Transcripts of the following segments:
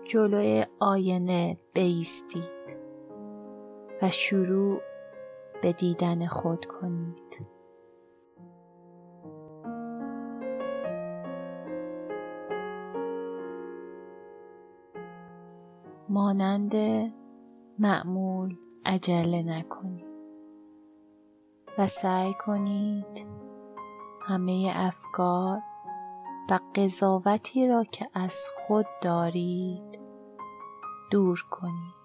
جلوی آینه بایستید و شروع به دیدن خود کنید. مانند معمول عجله نکنید و سعی کنید همه افکار و قضاوتی را که از خود دارید دور کنید.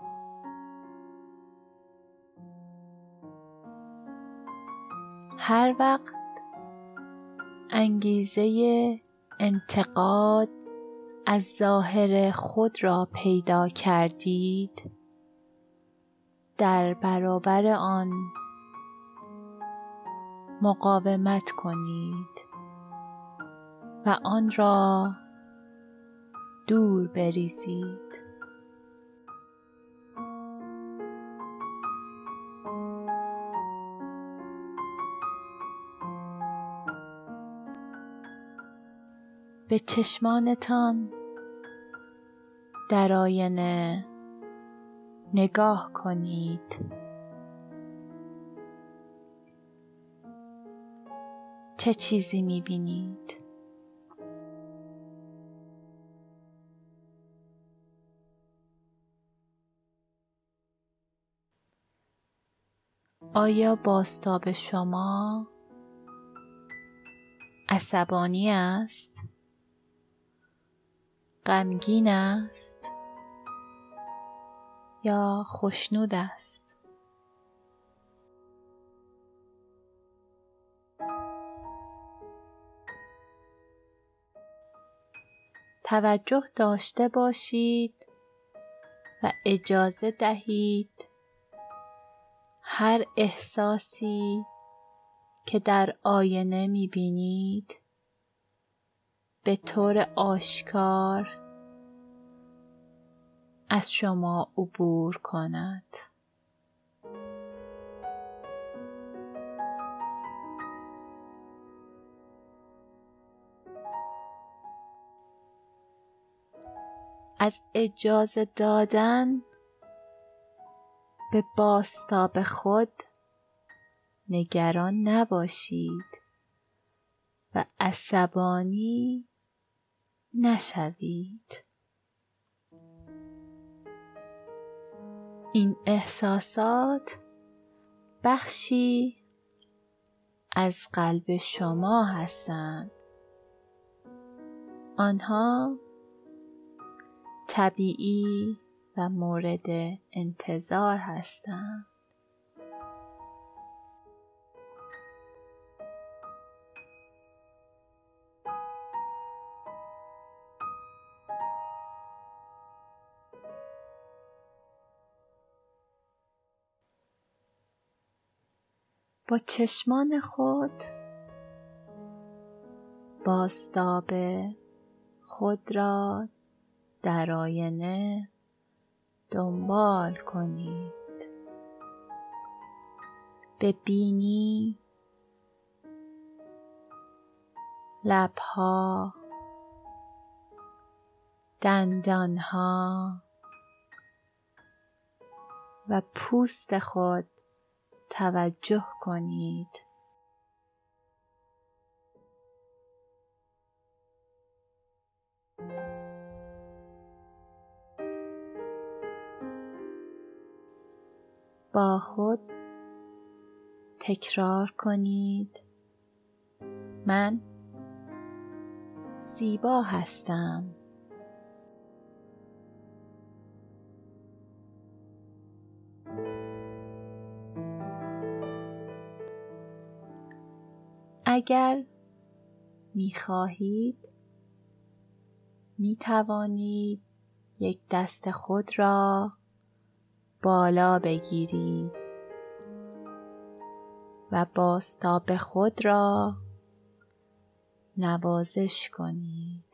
هر وقت انگیزه انتقاد از ظاهر خود را پیدا کردید، در برابر آن مقاومت کنید و آن را دور بریزید. به چشمانتان در آینه نگاه کنید. چه چیزی می‌بینید؟ آیا بازتاب شما عصبانی است؟ غمگین است؟ یا خوشنود است؟ توجه داشته باشید و اجازه دهید هر احساسی که در آینه می‌بینید به طور آشکار از شما عبور کند. از اجازه دادن به بازتاب خود نگران نباشید و عصبانی نشوید. این احساسات بخشی از قلب شما هستند. آنها طبیعی و مورد انتظار هستند. با چشمان خود بازتاب خود را در آینه دنبال کنید. به بینی، لبها، دندانها و پوست خود توجه کنید. با خود تکرار کنید: من زیبا هستم. اگر می‌خواهید می‌توانید یک دست خود را بالا بگیرید و بازتاب خود را نوازش کنید.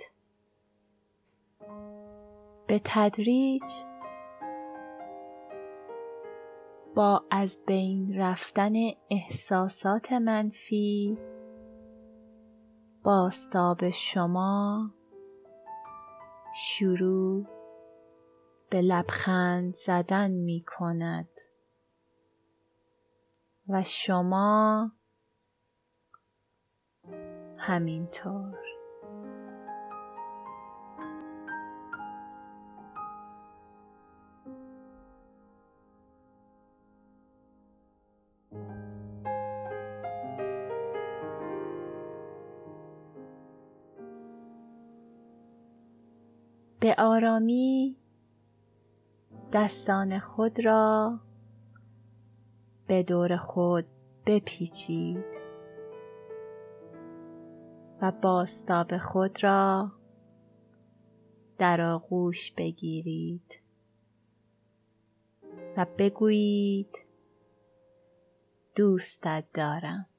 به تدریج با از بین رفتن احساسات منفی بازتاب شما شروع به لبخند زدن می کند و شما همینطور. به آرامی دستان خود را به دور خود بپیچید و بازتاب خود را در آغوش بگیرید و بگویید دوستت دارم.